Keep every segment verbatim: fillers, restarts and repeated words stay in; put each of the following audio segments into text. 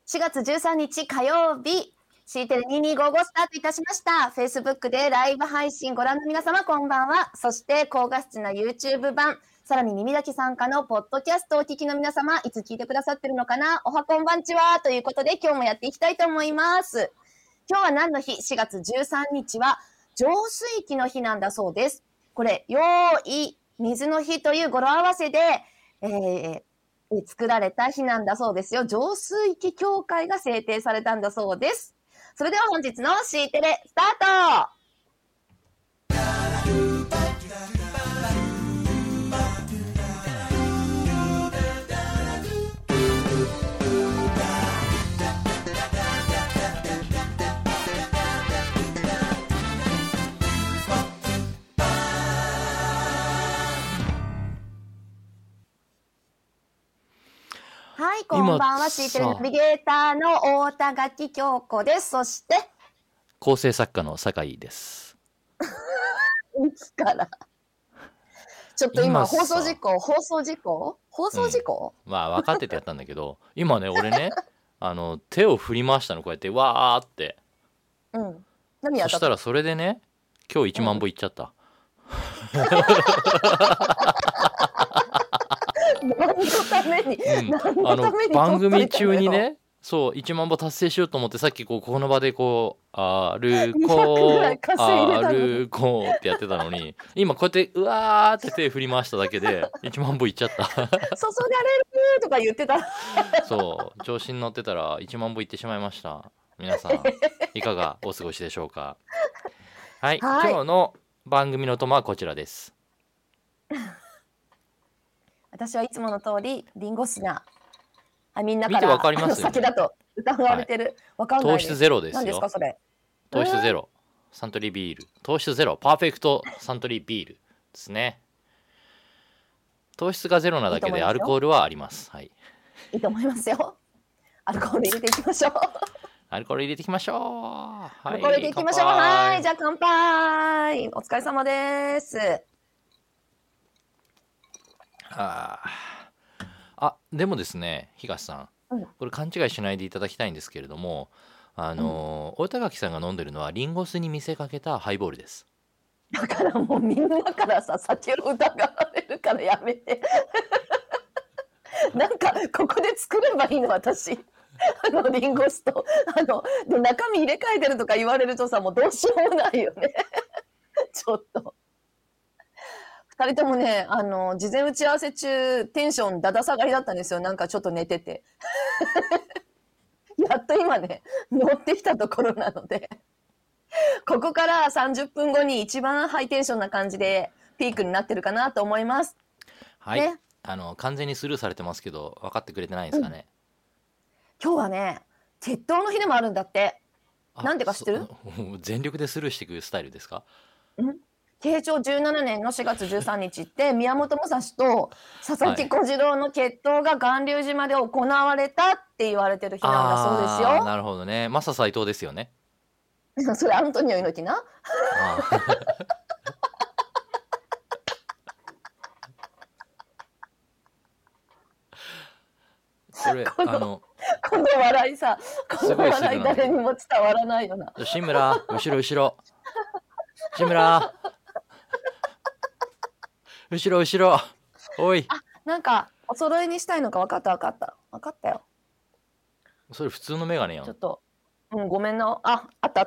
しがつじゅうさんにち火曜日、シーテレににーごーごスタートいたしました。Facebook でライブ配信ご覧の皆様、こんばんは。そして高画質な YouTube 版、さらに耳だけ参加のポッドキャストをお聞きの皆様、いつ聞いてくださってるのかな、おはこんばんちはということで、今日もやっていきたいと思います。今日は何の日？ しがつじゅうさんにちは浄水器の日なんだそうです。これ、用意水の日という語呂合わせで、えー作られた日なんだそうですよ。浄水器協会が制定されたんだそうです。それでは本日の C テレスタート。はい、こんばんは。シーテレナビゲーターの大田垣京子です。そして、 構成作家の酒井です。 いつからちょっと今、放送事故、放送事故放送事故、 うん、まあ、分かっててやったんだけど、今ね、俺ね、あの、手を振り回したの、こうやって、わーって。 うん。何やった？ そしたら、それでね、今日いちまんぼいっちゃった。 何のために、 うん、 何のためにあの番組中にね、そういちまんぼ達成しようと思って、さっきこうこの場でこう歩こう歩こうってやってたのに、今こうやってうわーって手振り回しただけでいちまんぼいっちゃった。 注がれるとか言ってた。 そう調子に乗ってたらいちまんぼいってしまいました。皆さんいかがお過ごしでしょうか。はい、はい、今日の番組のトマはこちらです。 私はいつもの通りリンゴ砂、あ、みんなから見てわかりますよね、 先だと疑われてる、はい、わかんないです。 糖質ゼロですよ。 何ですかそれ？ 糖質ゼロ、サントリービール。糖質ゼロ、パーフェクトサントリービールですね。糖質がゼロなだけでアルコールはあります。はい、 いいと思いますよ。アルコール入れていきましょう。 アルコール入れていきましょう。はい、 アルコール入れていきましょう。はい、じゃあ乾杯。お疲れ様です。 ああ、でもですね、東さん、うん、これ勘違いしないでいただきたいんですけれども、あの、うん、大田垣さんが飲んでるのはリンゴ酢に見せかけたハイボールです。 だからもうみんなからさ、酒を疑われるからやめて。なんかここで作ればいいの私。あのリンゴ酢とあので中身入れ替えてるとか言われるとさ、もうどうしようもないよね。ちょっと。ふたりともね、あの事前打ち合わせ中テンションだだ下がりだったんですよ。なんかちょっと寝ててやっと今ね乗ってきたところなので、ここからさんじゅっぷんごに一番ハイテンションな感じでピークになってるかなと思います。 はい、ね、あの完全にスルーされてますけど分かってくれてないんですかね、 うん、今日はね血統の日でもあるんだって。なんでか知ってる？ 全力でスルーしていくスタイルですか？ うん慶長じゅうななねんのしがつじゅうさんにちって宮本武蔵と佐々木小次郎の決闘が巌流島で行われたって言われてる日なんだそうですよ。 あ、なるほどね。マサ斎藤ですよね。 それアントニオ猪木な。あこれこのあのこの笑いさ、この笑い誰にも伝わらないよな。 志村、後ろ後ろ志村後ろ後ろ、おい。 あ、なんかお揃いにしたいのか。分かった分かった分かったよ。 それ普通のメガネやん。 ちょっと、うん、ごめんな。あ、あったあった。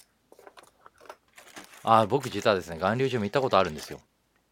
あ、僕実はですね、巌流島行ったことあるんですよ。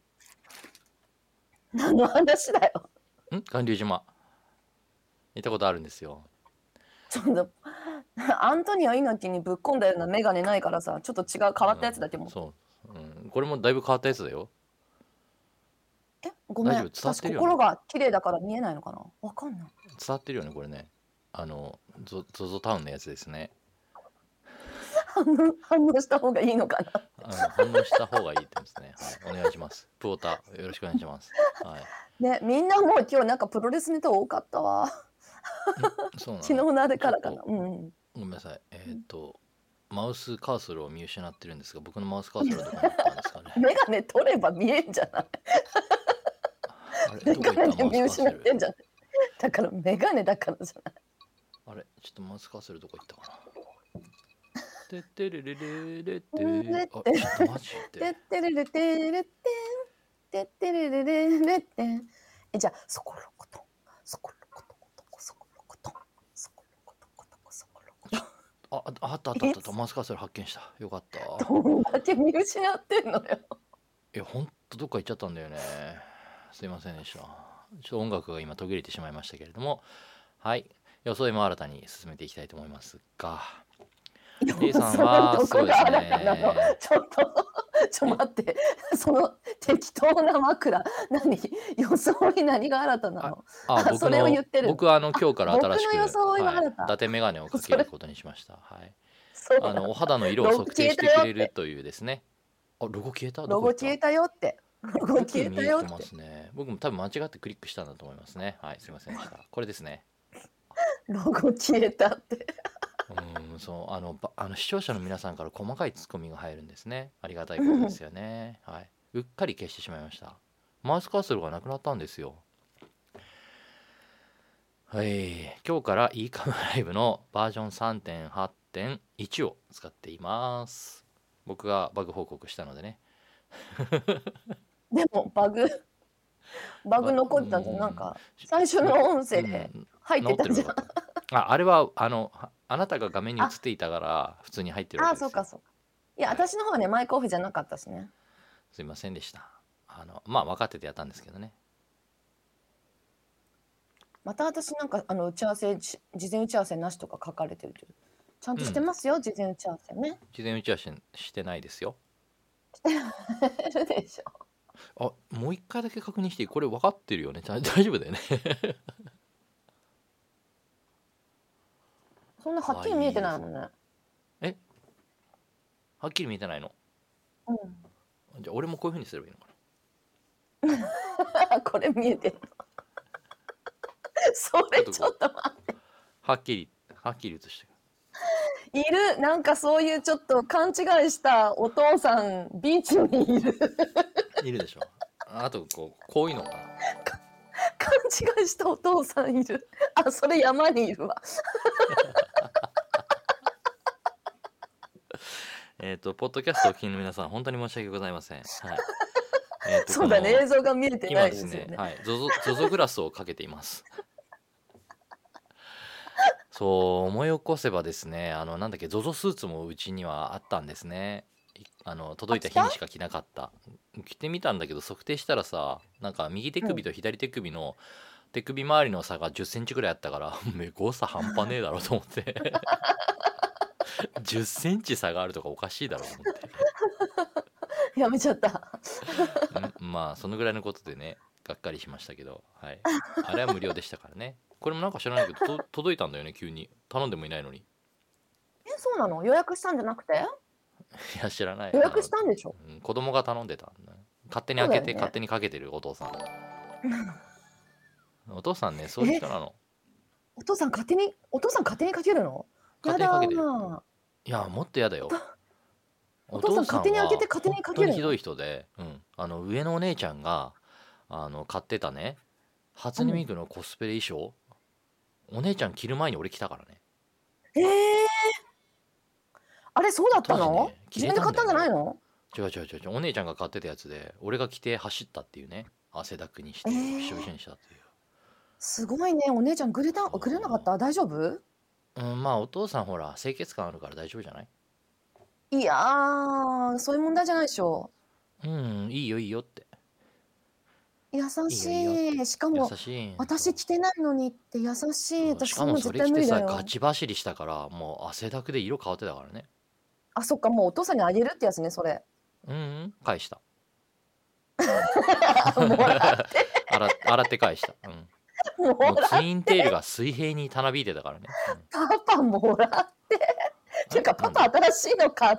何の話だよ。 ん？巌流島行ったことあるんですよ。 ちょっとアントニオ猪木にぶっ込んだようなメガネないからさ、ちょっと違う変わったやつだけど、うん、 そう、うん、これもだいぶ変わったやつだよ。 え、ごめん、私心が綺麗だから見えないのかな。わかんない。 伝わってるよね、これね。あの ゾゾ タウンのやつですね。 反応反応した方がいいのかな。 反応した方がいいってですね。はい、お願いします。プオタよろしくお願いします。はい。 ね、みんなもう今日なんかプロレスネタ多かったわ。そうなの。昨日のあれからかな。うん。 ごめんなさい。えー、っとマウスカーソルを見失ってるんですが、僕のマウスカーソルはどこに行ったんですかね。 メガネ取れば見えんじゃない。メガネ見失ってんじゃない。だからメガネだからじゃない。 あれちょっとマスカーするとこ行ったかな。てってれれれれってあちょっとマジてでってれれてれってんてってれれれれってん。え、じゃあそころことそころことことこそころことそころことことこそころこと。 あああったあったあったあったマスカーする発見したよかった。 どんだけ見失ってんのよ。 いやほんとどっか行っちゃったんだよね。すいませんでした。ちょっと音楽が今途切れてしまいましたけれども、はい装いも新たに進めていきたいと思いますが、レイさんはすごいですね。 ちょっとちょ待ってその適当な枕何装い何が新たなの。 ああ僕それをの言ってる僕はあの今日から新しく僕の装いは新たはい伊達メガネをかけることにしました。はいそうあのお肌の色を測定してくれるというですね。あロゴ消えたロゴ消えたよってロゴ消えたよってよく見えてますね。僕も多分間違ってクリックしたんだと思いますね。はいすいませんでしたこれですね。 ロゴ消えたってうんそうあのばあの視聴者の皆さんから細かいツッコミが入るんですね。ありがたいことですよね。はい、うっかり消してしまいました。マウスカーソルがなくなったんですよ。はい今日から イーカム ライブのバージョン さんてんはちてんいち を使っています。僕がバグ報告したのでね。 でもバグバグ残ったんじゃん。なんか最初の音声で入ってたじゃん。 ああれはあのあなたが画面に映っていたから普通に入ってるわけですよ。 あそうかそうか。いや、はい、私の方はねマイクオフじゃなかったしね。 すいませんでした。あのまあ分かっててやったんですけどね。 また私なんかあの打ち合わせ事前打ち合わせなしとか書かれてるけどちゃんとしてますよ、うん、事前打ち合わせね。 事前打ち合わせしてないですよ。 してるでしょ。 あもう一回だけ確認していい？これ分かってるよね。大丈夫だよね。 そんなはっきり見えてないもんね。 えはっきり見えてないの？ うん。 じゃあ俺もこういう風にすればいいのかな。これ見えてるの。それちょっと待って。 はっきりはっきり映しているなんかそういうちょっと勘違いしたお父さんビーチにいる。 いるでしょ。あとこうこういうのかな。 勘違いしたお父さんいる。あそれ山にいるわ。 えっとポッドキャストをお聞きの皆さん本当に申し訳ございません。はい。えー、とそうだね映像が見えてないですよね。 今ですね、はい、ゾゾゾゾグラスをかけています。そう思い起こせばですね、あのなんだっけゾゾスーツもうちにはあったんですね。あの届いた日にしか着なかった。着てみたんだけど測定したらさ、なんか右手首と左手首の手首周りの差がじゅっセンチぐらいあったから、誤差半端ねえだろと思って。じゅっセンチ差があるとかおかしいだろうと思ってやめちゃったまあそのぐらいのことでねがっかりしましたけど、はい、あれは無料でしたからね。これもなんか知らないけどと届いたんだよね急に。頼んでもいないのに。 えそうなの？予約したんじゃなくて？ いや知らない。 予約したんでしょ、 うん、子供が頼んでたんだ。勝手に開けて、ね、勝手にかけてるお父さん。お父さんねそういう人なの。 お父さん勝手にお父さん勝手にかけるの？ 勝手にかけてる。いやもっとやだよ。 お父さん勝手に開けて勝手にかけるの？ 本当にひどい人で、うん、あの上のお姉ちゃんがあの買ってたね初音ミクのコスプレ衣装、うん、お姉ちゃん着る前に俺着たからね。 えー、あれそうだったの？ね、自分で買ったんじゃないの？ 違う違う違う違うお姉ちゃんが買ってたやつで俺が着て走ったっていうね。汗だくにしてびしょびしょにしたっていう、えー、 すごいね。お姉ちゃんぐれたぐれなかった？大丈夫？ うんまあお父さんほら清潔感あるから大丈夫じゃない？ いやーそういう問題じゃないでしょ。 うんいいよいいよって。 優しい。いいしかも私着てないのにって優しい。私しかもそれ着てさガチ走りしたからもう汗だくで色変わってたからね。 あそっかもうお父さんにあげるってやつねそれ。 うん、うん、返した。 もらって洗洗って返した。うん、もうツインテールが水平にたなびいてたからね。 うん、パパもらってっていうかパパ新しいの買って。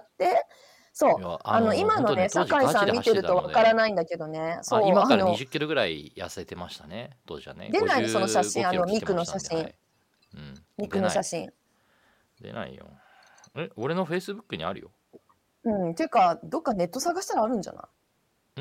そうあの今のね酒井さん見てるとわからないんだけどね。 そう今からにじゅっキロぐらい痩せてましたね当時はね。 出ないその写真あのミクの写真、はい、 うん、 ミクの写真出ないよ。え俺のフェイスブックにあるよ。 うんっていうかどっかネット探したらあるんじゃない？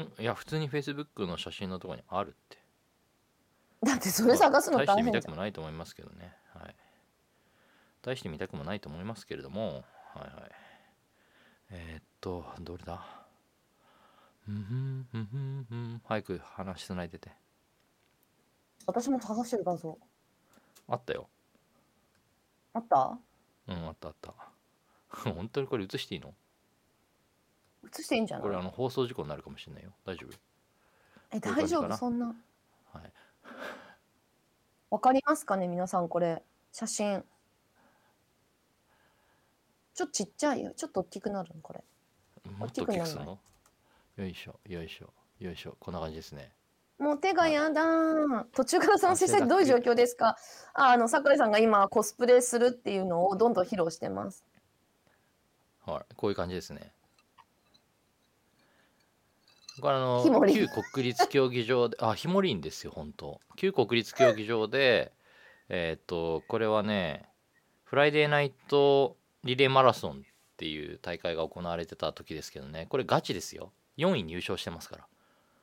んいや普通にフェイスブックの写真のところにあるって。 だってそれ探すの大変じゃん。 大して見たくもないと思いますけどね。はい大して見たくもないと思いますけれども、はいはい。えー、っとどれだ。ふんふんふんふんふん、早く話しつないでて。 私も探してる画像あったよ。 あった？ うん、あったあった。本当にこれ映していいの？ 映していいんじゃない？ これあの放送事故になるかもしれないよ。大丈夫？ え、 こういう大丈夫？ 感じかな。 そんな。 はい。 わかりますかね皆さん、これ写真ちょっとちっちゃいよ。ちょっと大きくなるのこれ。 もっと大きくするの？よいしょよいしょよいしょ、こんな感じですね。 もう手がやだー。途中から参戦し汗だくてどういう状況ですか？あ、あの桜井さんが今コスプレするっていうのをどんどん披露してます。 はい、こういう感じですね。これあのひもりん旧国立競技場で、あ、ひもりんですよ本当。旧国立競技場で、えっとこれはね、フライデーナイトリレーマラソンっていう大会が行われてた時ですけどね、これガチですよ。よんい入賞してますから。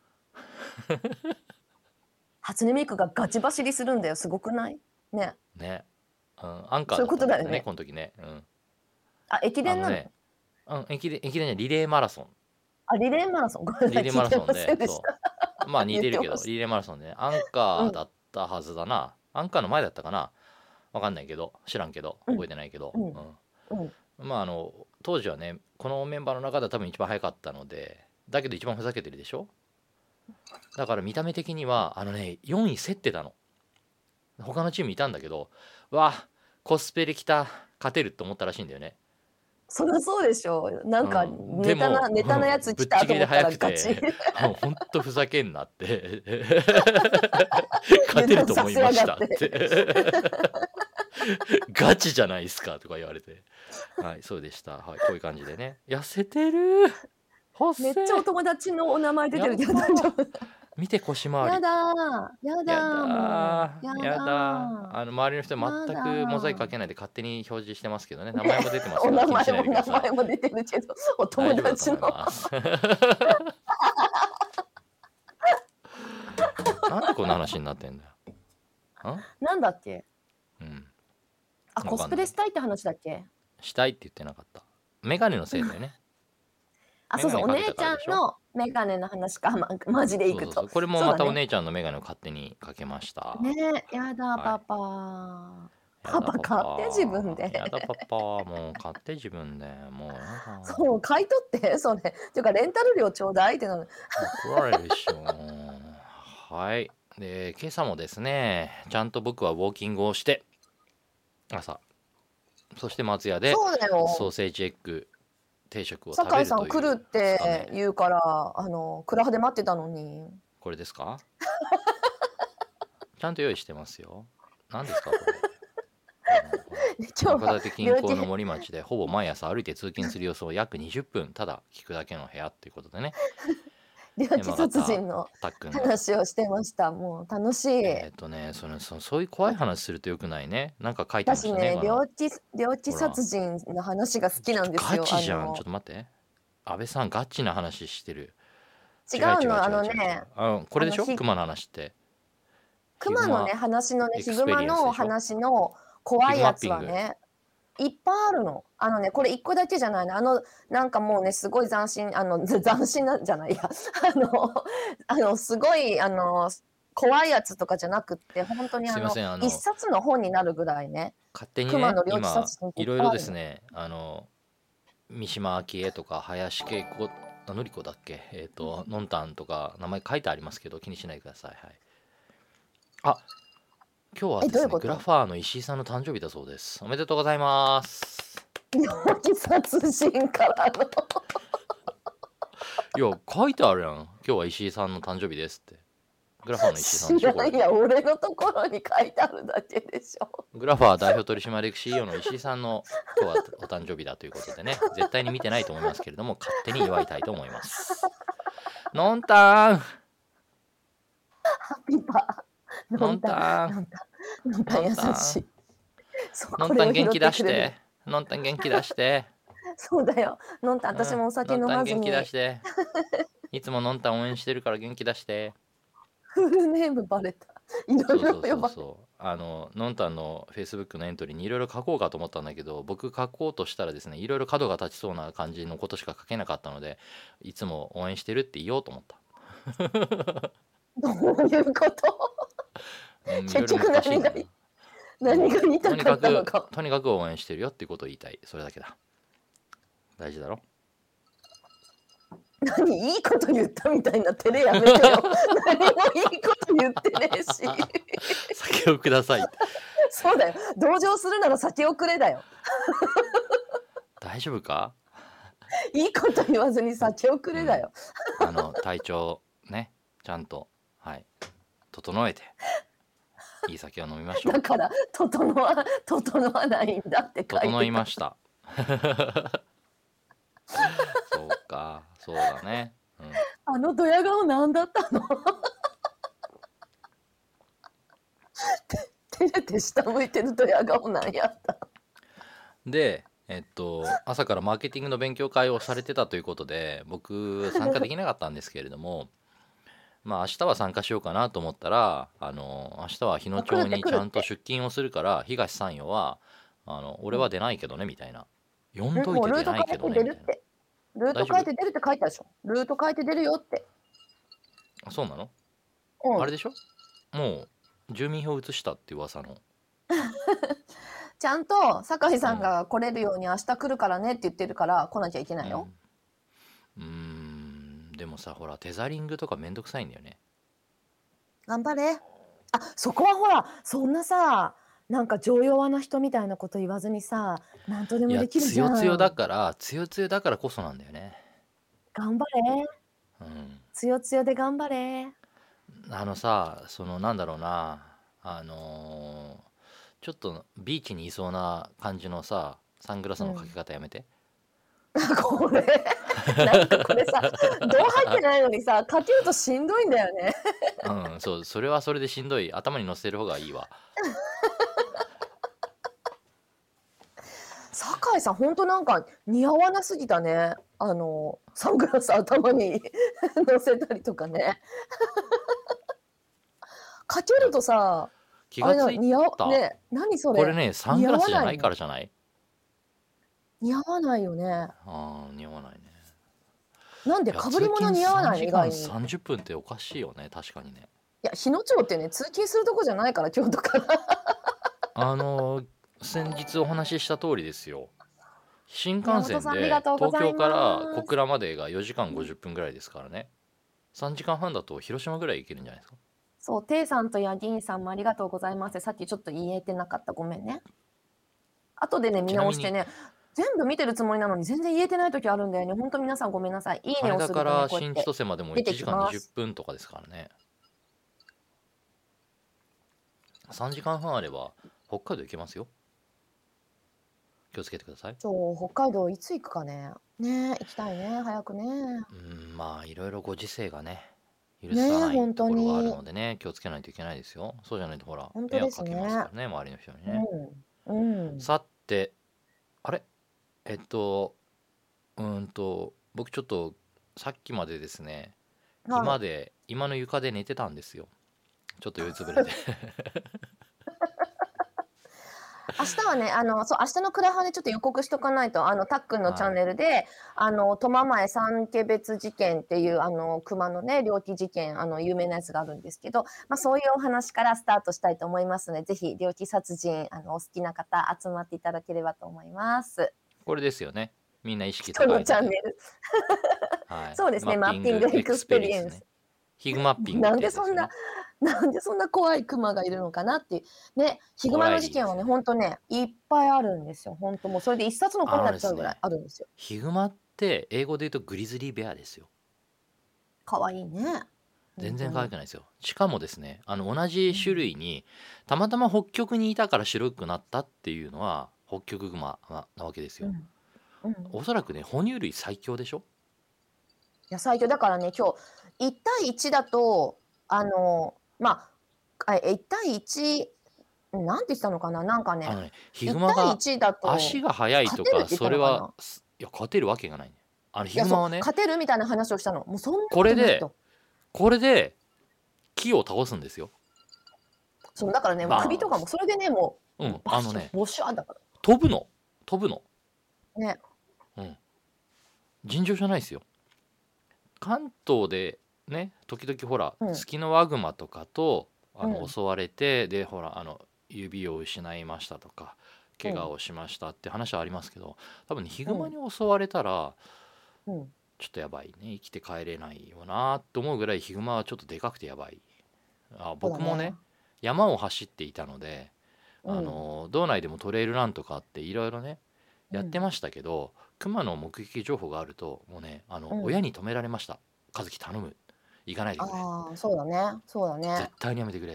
初音ミクがガチ走りするんだよ。すごくない？ね。 ね、うん、アンカーそういうだったんだよね、 ことだよね。 この時ね。うん、 あ、駅伝なの？ あのね、うん、駅伝、駅伝ね、リレーマラソン。 あ、リレーマラソン。ごめんなさい、 リレーマラ聞いてまソンで、 せんでしそた。 う。まあ似てるけど、 言ってましリレーマラソンでね、アンカーだったはずだな。アンカーの前だったかな。わかんないけど、知らんけど、 うん覚えてないけど。 うんうんうんまああの、当時はね、このメンバーの中では多分一番早かったので、だけど一番ふざけてるでしょ。だから見た目的には、あのね、よんい競ってたの。他のチームいたんだけど、わあ、コスプレ着た、勝てるって思ったらしいんだよね。 そりゃそうでしょう。なんかうん、 ネタな、 でもネタなやつ来たと思ったらガチ。 もうほんとふざけんなって勝てると思いましたってガチじゃないですかとか言われて、はい、そうでした。はい、こういう感じでね、痩せてる、 めっちゃお友達のお名前出てるけど大丈夫？ 見て腰回り。 やだーやだーもうやだーあの周りの人全くモザイクかけないで勝手に表示してますけどね、名前も出てますけど、 お名前も名気にしないでください。 前も出てるけどお友達のなんでこんな話になってんだよ。 なんだっけ？ うん。 あ、コスプレしたいって話だっけ？ したいって言ってなかった。メガネのせいだよね。 あ、そうそう、お姉ちゃんのメガネの話か、ま、マジでいくと。 そうそうそう、これもまたお姉ちゃんのメガネを勝手にかけました。 ねえ、やだ、パパ。はい、パパ買って自分で。 やだパパ、もう買って自分で。もうなんか。 そう、買い取って、それ。ていうか、レンタル料ちょうだいってなの。 怒られるでしょ。はい。で、今朝もですね、ちゃんと僕はウォーキングをして、朝、そして松屋でソーセージエッグ定食を食べるという。 酒井さん来るって言うから、あの、クラハで待ってたのに。 これですか？ちゃんと用意してますよ。何ですかこれ？函館近郊の森町でほぼ毎朝歩いて通勤する様子を約にじゅっぷんただ聞くだけの部屋っていうことでね。 猟奇殺人の話をしてました。もう楽しい。 えっとね、そのそそういう怖い話するとよくないね。なんか書いてましたね。 私ね、猟奇猟奇殺人の話が好きなんですよ。 ガチじゃん。ちょっと待って。安倍さんガチな話してる。 違うの、あのね。 あのこれでしょ？熊の話って。 熊のね話のね、ヒグマの話の怖いやつはね、いっぱいあるの。あのね、これ一個だけじゃないの。あの、なんかもうね、すごい斬新、あの、斬新なんじゃないや。あの、あの、すごい、あの、怖いやつとかじゃなくって、本当にあの、あの一冊の本になるぐらいね。 勝手にね、今、いろいろですね、あの、三島明恵とか、林恵子、のりこだっけ、えっ、ー、と、のんたんとか、名前書いてありますけど、気にしないでください。はい。あ、今日はですね、グラファーの石井さんの誕生日だそうです。おめでとうございます。 猟奇殺人からのいや、書いてあるやん。今日は石井さんの誕生日ですって。グラファーの石井さんでしょ。 いや、俺のところに書いてあるだけでしょ。 グラファー代表取締役 シーイーオー の石井さんの今日はお誕生日だということでね、絶対に見てないと思いますけれども、勝手に祝いたいと思います。のんたん。 ハッピーパー。 のんたん。 のんたん優しい。 のんたん元気出して。のんたん元気出して。 そうだよ。のんたん、私もお酒飲まずに。 元気出して。いつものんたん応援してるから元気出して。 フルネームバレた。いろいろ呼ばれた。 あののんたんの Facebook のエントリーにいろいろ書こうかと思ったんだけど、僕書こうとしたらですね、いろいろ角が立ちそうな感じのことしか書けなかったので、いつも応援してるって言おうと思った。 どういうこと？ うん、いろいろ結局難しいな。 何がい何が言いたとにかかったのくか。 とにかく応援してるよっていうことを言いたい。それだけだ。大事だろ。 何、いいこと言ったみたいな照れやめてよ。何もいいこと言ってねえし。 酒をください。 そうだよ。同情するなら酒をくれだよ。 大丈夫か？ いいこと言わずに酒をくれだよ。 あの体調ね、ちゃんとはい整えていい酒を飲みましょう。 だから整わ整わないんだって書いてた。 整いました。そうか、そうだね。うん、 あのドヤ顔なんだったの？て照れて下向いてるドヤ顔なんやった。 で、えっと朝からマーケティングの勉強会をされてたということで、僕参加できなかったんですけれども、まあ明日は参加しようかなと思ったら、あの明日は日野町にちゃんと出勤をするから、東山陽はあの俺は出ないけどねみたいな、呼んどいて出ないけどねみたいな。 ルート変えて出るって書いたでしょ。ルート変えて出るよって。 あ、そうなの？ うん、 あれでしょ、もう住民票移したって噂の。 ちゃんと酒井さんが来れるように明日来るからねって言ってるから来なきゃいけないよ。 うん、うーんでもさ、ほらテザリングとかめんどくさいんだよね。 頑張れ。あ、そこはほら、そんなさ、なんか常弱な人みたいなこと言わずにさ、なんとでもいやできるじゃん。 強強だから強強だからこそなんだよね。 頑張れ。 うん、 強強で頑張れ。 あのさ、そのなんだろうな、あのーちょっとビーチにいそうな感じのさサングラスのかけ方やめて。 これなんかこれさ、胴入ってないのにさ、かけるとしんどいんだよね。 うん、そう、それはそれでしんどい。頭に乗せる方がいいわ。 酒井さん、ほんとなんか似合わなすぎたね。あの、サングラス頭に乗せたりとかね。かけるとさ、 気がついあれ似合た。 うね、何それ。 これね、サングラスじゃないからじゃない？ 似合わないよね。 ああ、似合わないね。 なんで被り物似合わないの意外に。 さんじゅっぷんっておかしいよね、確かにね。 いや、日野町ってね、通勤するとこじゃないから、京都から。 あの先日お話しした通りですよ。新幹線で宮本さんありがとうございます東京から小倉までがよじかんごじゅっぷんぐらいですからね。さんじかんはんだと広島ぐらい行けるんじゃないですか。 そう、テイさんとヤギンさんもありがとうございます。さっきちょっと言えてなかった。ごめんね。後でね、見直してね、全部見てるつもりなのに全然言えてない時あるんだよね。本当皆さんごめんなさい。いいねをするとね、 羽田からこうやって新千歳までもいちじかんにじゅっぷんとかですからね。さんじかんはんあれば北海道行けますよ。気をつけてください。 そう、北海道いつ行くかね。ね、行きたいね、早くね。 うん、まあいろいろご時世がね許さないところがあるのでね、気をつけないといけないですよ。そうじゃないとほら、迷惑かけますからね、周りの人にね。 うんうん、 さて、あれえっとうんと僕ちょっとさっきまでですね、 はい今で今の床で寝てたんですよ。ちょっと酔いつぶれて明日はね、あの、そう、明日のクラハでちょっと予告しとかないと、あの、たっくんのチャンネルで、あの、苫前三家別事件っていう、あの、熊のね、猟奇事件、あの、有名なやつがあるんですけど、まあ、そういうお話からスタートしたいと思いますので、ぜひ、猟奇殺人、あの、お好きな方、集まっていただければと思います。 これですよね。みんな意識高い人のチャンネル。 はい、 そうですね、マッピングエクスペリエンス。 ヒグマッピングなんでそんな、なんでそんな怖いクマがいるのかなっていう。ね、ヒグマの事件はね、ほんとね、いっぱいあるんですよ。ほんともうそれで一冊の本になっちゃうぐらいあるんですよ。 ヒグマって英語で言うとグリズリーベアですよ。 かわいいね。 全然可愛くないですよ。しかもですね、あの同じ種類にたまたま北極にいたから白くなったっていうのは北極グマなわけですよ。うんうん、おそらくね、哺乳類最強でしょ。 いや最強だからね、今日いち対いちだとあのまあいち対いちなんて言ったのかな、なんかね、 あのね、ヒグマが足が速いとかそれはいや勝てるわけがないね。あのヒグマはね、 勝てるみたいな話をしたの。もうそんなこれでこれで木を倒すんですよ。 そうだからね、もうバーン首とかもそれでね、もううんバッシュあのねボシャーだか飛ぶの飛ぶのらね。 うん尋常じゃないですよ。関東でね時々ほら、 うんツキノワグマとかとあの、 うん襲われてでほらあの指を失いましたとか怪我うんをしましたって話はありますけど、多分ねヒグマうんに襲われたらうんちょっとやばいね、生きて帰れないよなと思うぐらいヒグマはちょっとでかくてやばい。あそうだ僕もねね。 山を走っていたので、あうんの道内でもトレイルランとかあっていろいろねやってうんましたけど、クマの目撃情報があるともうねあの、 うん親に止められました。和樹頼む、行かないでくれ、 ああ、そうだね。そうだ絶ね。 対にやめてくれって。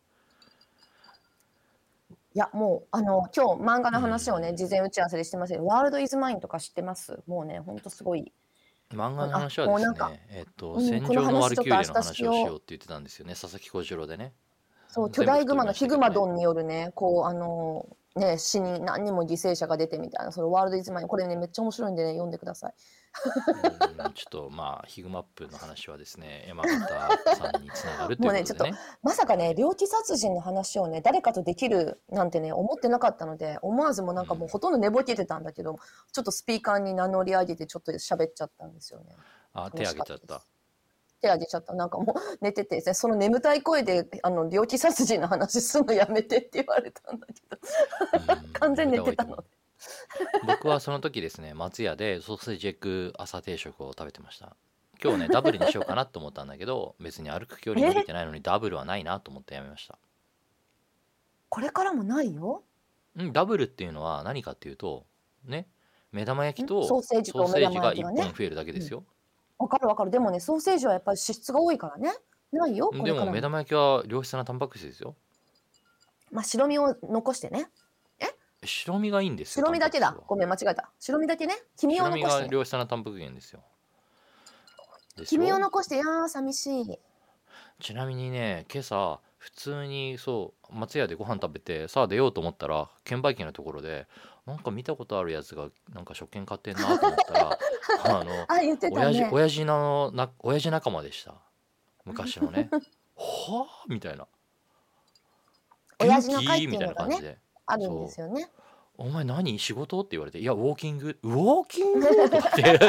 いや、もう、あの、今日漫画の話をね、 うん事前打ち合わせでしてますけど、ワールドイズマインとか知ってます？もうね、ほんとすごい。 漫画のあ、 話はですもうなんか、 ねえっとうん、 戦この場のワルキュー話ちょっと明日レの話をししよう。 ようって言ってたんですよね、佐々木小次郎でね。 そう、巨全部大グマの吹っ飛びましたけどね。 ヒグマドンによるね、こう、あの、ね、死に何人も犠牲者が出てみたいな、そのワールドイズマイン、これね、めっちゃ面白いんでね、読んでください。 うんちょっとまあヒグマップの話はですね山形さんにつながるともうね、ちょっと、 いうことでね。 まさかね、猟奇殺人の話をね、誰かとできるなんてね、思ってなかったので、思わずもうなんかもうほとんど寝ぼけてたんだけど、ちょっとスピーカーに名乗り上げてちょっと喋っちゃったんですよね。 あ手楽しか挙げちゃったです。手挙げちゃった。なんかもう寝ててですね、その眠たい声で、あの、猟奇殺人の話すんのやめてって言われたんだけど、 うん完全に寝てたので。 僕はその時ですね松屋でソーセージエッグ朝定食を食べてました。今日ねダブルにしようかなと思ったんだけど別に歩く距離伸びてないのにダブルはないなと思ってやめました。 これからもないよ。 うんダブルっていうのは何かっていうとね目玉焼きとソーセージと目ソーセージが1 玉焼きがね。 本増えるだけですよ。 わかるわかる。でもね、ソーセージはやっぱり脂質が多いからね。ないよ、こでれからも。 も目玉焼きは良質なタンパク質ですよ。 まあ、白身を残してね。 白身がいいんですよ。 白身だけだ。 タンパク質はごめん、間違えた。白身だけね。黄身を白身が残してね。 良質なタンパク源ですよ。です黄身をよ。 残して、いやー、寂しい。 ちなみにね今朝普通にそう松屋でご飯食べてさあ出ようと思ったら券売機のところでなんか見たことあるやつがなんか食券買ってんなと思ったらあのあ、言ってた親父ね。 親父のな親父仲間でした。昔のねはあみたいな親元父の会って気みたいいうのがね、 な感じであるんですそよね。 うお前何仕事って言われていやウォーキングウォーキングとかって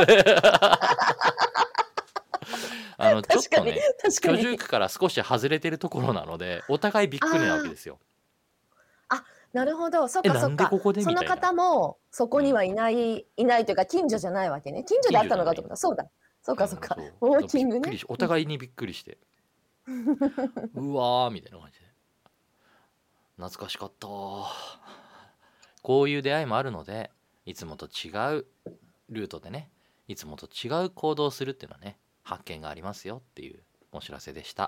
あのちょっ確かに、 とね居確かに。 住区から少し外れてるところなのでお互いびっくりなわけですよ。 あ、なるほど。そっえかそっか。 なんでここでそのみたいな。 方もそこにはいない、いないというか、近所じゃないわけね。近所であったのかと思った。そうだ。そっかそっか。 うんウォそうーキングねびっくりし。お互いにびっくりしてうわーみたいな感じで懐かしかった。こういう出会いもあるのでいつもと違うルートでねいつもと違う行動をするっていうのはね発見がありますよっていうお知らせでした。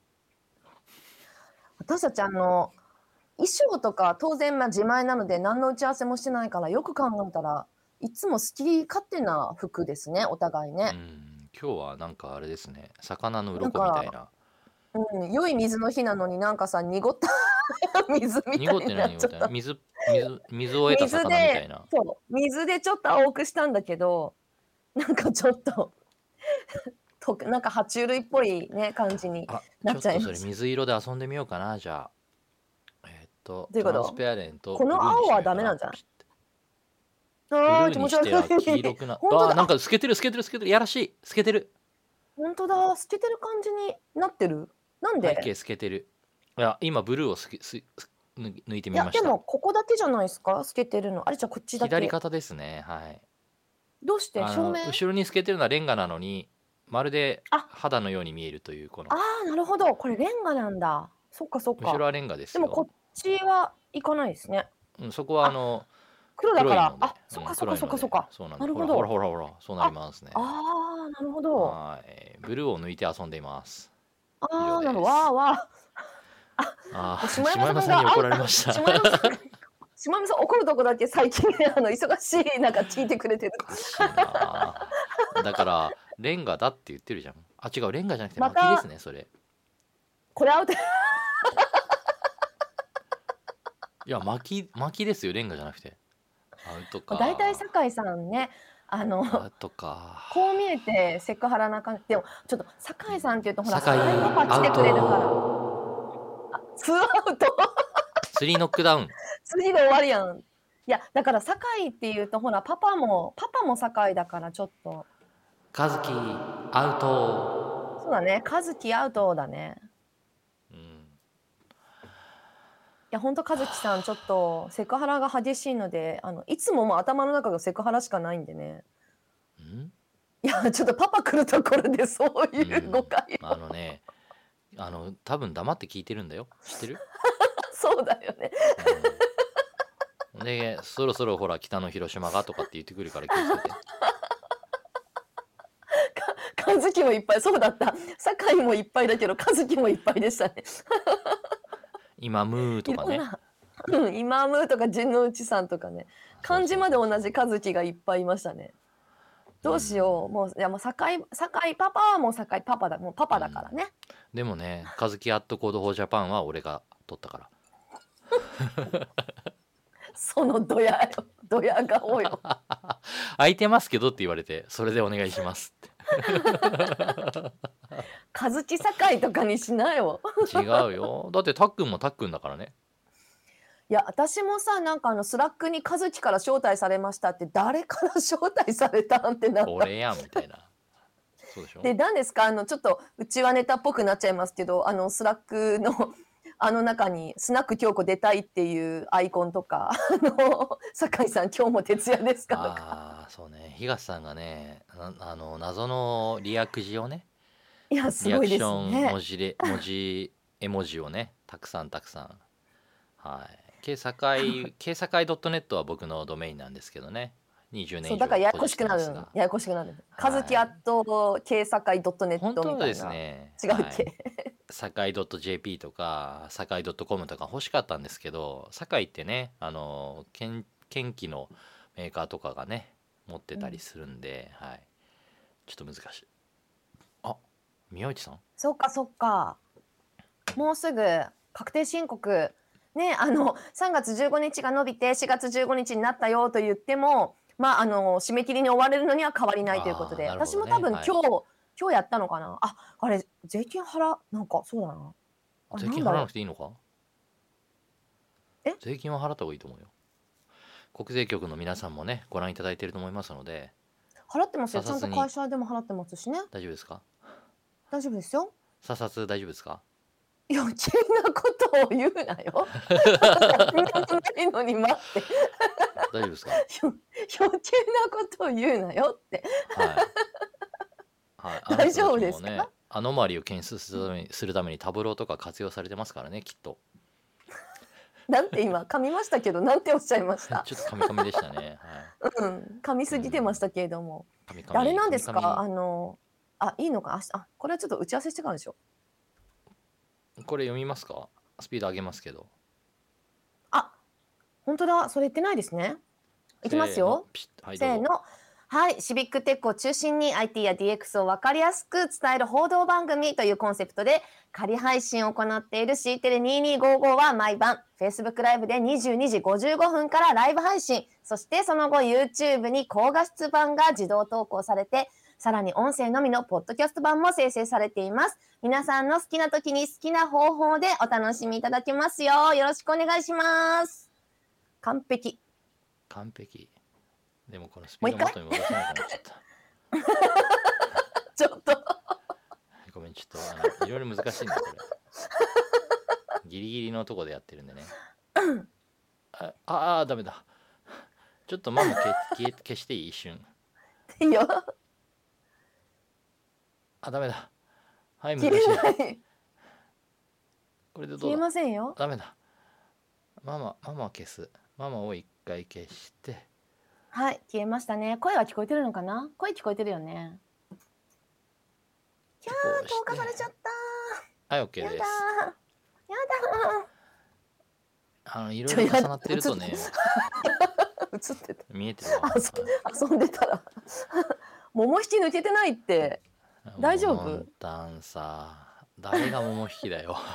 私たちあの衣装とか当然まあ自前なので何の打ち合わせもしてないからよく考えたらいつも好き勝手な服ですね、お互いうね。 ん今日はなんかあれですね魚のなん鱗みたいか、 な。 うん、良い水の日なのになんかさ濁った水みた濁っていにない濁ってないなっちゃった。 水水水を得た水魚みたいで、 な。 そう、水でちょっと青くしたんだけど、なんかちょっととなんか爬虫類っぽいね感じにあなっちょっとそれちゃいました。 水色で遊んでみようかなじゃあ。えーっとどういうこと？ トランスペアレントこブルーにの青はしてみようかな。 ダメなんじゃない？ ブあー、 ルーに気持ち悪しては黄い。 色くな本当だ。 あーなんあ、 か透けてる透けてる透けてるやらしい透けてる本当だ。透けてる感じになってる。なんで？ 背景透けてる。いや今ブルーをすきすす抜抜いていや、 みました。 でもここだけじゃないですか、透けてるの。あれじゃあこっちだけ。 左肩ですね。はいどうしてあ正面？ の後ろに透けてるのはレンガなのにまるであ、 肌のように見えるというこのあー、なるほど。これレンガなんだ。そっかそっか。 後ろはレンガですでもこよ。 っちは行かないですね。 うん、そこはああ、 の黒だから。 黒いので、 あ、そっうん、 かそっか黒いのでそっかそっか。 そうなんなるほでほらほらど。 ほらほらそうなりあ、 ますね。 あー、なるほど。 はいブルーを抜いて遊んでいます。以上あー、なるほど。 です。 わーわー。 あもう下ー下山さん山さんに怒があうあられました。 下山さんが下山さん怒るとこだけ最近あの忙しいなんか聞いてくれてる。 おかしいな。だからレンガだって言ってるじゃん。あ違うレンガじゃなくてま薪ですたねそれ。 これアウト。 いや薪薪ですよレンガじゃなくて。アウト大体か酒井さんね、あアのウトか。 こう見えてセクハラな感じ。でもちょっと酒井さんっていうとほら酒井サイコパアウ来てくれるから。 ト。 あ、 ツーアウトスリーノックダウン。 次で終わりやん。いやだから酒井っていうとほらパパもパパも酒井だからちょっと和樹アウト。 そうだね和樹アウトだね。 うん、 いやほんと和樹さんちょっとセクハラが激しいのであのいつももう頭の中がセクハラしかないんでね。 んいやちょっとパパ来るところでそういう誤解を、 あのねあの多分黙って聞いてるんだよ。知ってる？ そうだよね。 うん、でそろそろほら北の広島がとかって言ってくるから気をつけて。 和樹もいっぱいそうだった酒井もいっぱいだけど和樹もいっぱいでしたね。 今ムーとかね。 うん、今ムーとか陣内さんとかね漢字まで同じ和樹がいっぱいいましたね。どうしよう、もういやもう酒井酒井パパはもう酒井パパだもうパパだからね、 うん、でもね和樹アットコードフォージャパンは俺が取ったからそのドヤよドヤ顔よ空いてますけどって言われてそれでお願いしますって和樹酒井とかにしなよ違うよだってたっくんもたっくんだからね。 いや私もさなんかあのスラックに和樹から招待されましたって誰から招待されたんってなった。 俺やんみたいな。そうでしょ。 で何ですかあのちょっとうちはネタっぽくなっちゃいますけどあのスラックのあの中にスナック京子出たいっていうアイコンとかあの酒井さん今日も徹夜ですかとかああそうね東さんがねなあの謎のリアクジをねいやすリアクシごいですョンね文字で文字絵文字をねたくさんたくさんはい。K 堺 K 堺 .net は僕のドメインなんですけどねにじゅうねん以上そうだからややこしくなる保持してますがややこしくなるはい和樹アット警堺 .net 本みたいな当はですね違うっはいけ、 堺 .jp とか堺 .com とか欲しかったんですけど堺ってねあの建建機のメーカーとかがね持ってたりするんで、はいちょっと難しい。あ宮内さんそっかそっかもうすぐ確定申告ねあのさんがつじゅうごにちが伸びてしがつじゅうごにちになったよと言ってもまああの締め切りに追われるのには変わりないということで、 あーなるほどね私も多分はい今日、今日やったのかなああれ税金払なんかそうだなあ税金払わなんだろうなくていいのか。 え税金は払った方がいいと思うよ。国税局の皆さんもねご覧いただいていると思いますので払ってますよちゃんと査察に会社でも払ってますしね大丈夫ですか。 大丈夫ですよ。 査察大丈夫ですか。 余計なことを言うなよ何もないのに待って大丈夫ですか。 余計なことを言うなよってはい、はい、 大丈夫ですかあの人たちもねアノマリを検出するためにするためにタブローとか活用されてますからねきっと。 なんて今噛みましたけどなんておっしゃいましたちょっとカミカミでしたね。はい、 うん噛みすぎてましたけれども、 カミカミあれなんですカミカかあのあいいのかあしあこれはちょっと打ち合わせしてからでしょ。 ミこれ読みますか。スピード上げますけど。 あ本当だそれ言ってないですね。いきますよ。 せーの、はい、どうぞ。 せーのはいシビックテックを中心に アイティー や ディーエックス を分かりやすく伝える報道番組というコンセプトで仮配信を行っている シーテレにせんにひゃくごじゅうごは毎晩 Facebook ライブでにじゅうにじごじゅうごふんからライブ配信そしてその後 YouTube に高画質版が自動投稿されてさらに音声のみのポッドキャスト版も生成されています。皆さんの好きな時に好きな方法でお楽しみいただけますよ。よろしくお願いします。完璧完璧。でもこのスピード元に戻せなくなっちゃった。 ちょっとごめんちょっとあのいろいろ難しいんだこれ。ギリギリのとこでやってるんでね。ああーダメだ。ちょっとママ消消消していい一瞬。 いいよ。 あダメだ。はい難切しい。 れないこれでど消えうだ。 ませんよ。 ダメだ。ママママ消す。ママを一回消して。 はい消えましたね。声は聞こえてるのかな。声聞こえてるよね。キャー投下されちゃったはい OK ー。やです。 だーやだあのいろいろ重なってるとねー映ってた。 見えてるわ。 あそ遊んでたら桃引き抜けてないって大丈夫？ モンタンさ誰が桃引きだよ。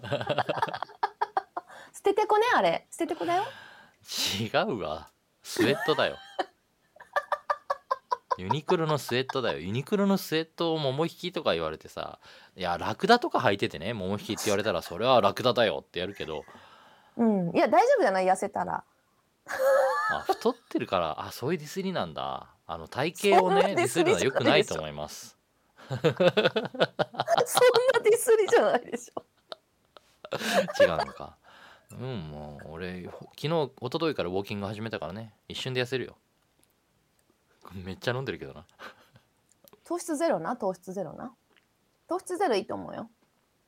捨ててこねあれ捨ててこだよ。 違うわスウェットだよ。 ユニクロのスウェットだよ。ユニクロのスウェットを桃引きとか言われてさ、いやラクダとか履いててね桃引きって言われたらそれはラクダだよってやるけど、 うんいや大丈夫じゃない、痩せたら。 あ太ってるから、あそういうディスりなんだ。あの体型をねディスるのは良くないと思います。 そんなディスりじゃないでしょ。 違うのか。うんもう俺昨日一昨日からウォーキング始めたからね、一瞬で痩せるよ。めっちゃ飲んでるけどな。 糖質ゼロな、糖質ゼロな。糖質ゼロいいと思うよ。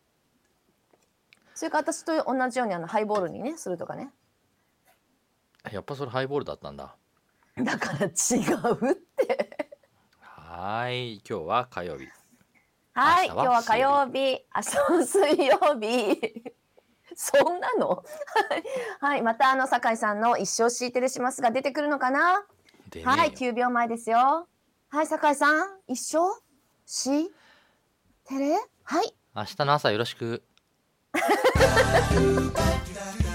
それから私と同じようにあのハイボールにねするとかね。 やっぱそれハイボールだったんだ。 だから違うって。 はーい今日は火曜日。 はい明日は今日は火曜日、明日は水曜日。そんなのはいはいまたあの酒井さんの一生シーテレしますが出てくるのかな。 でねえよはいきゅうびょうまえですよ。はい酒井さん一生シテレはい明日の朝よろしく。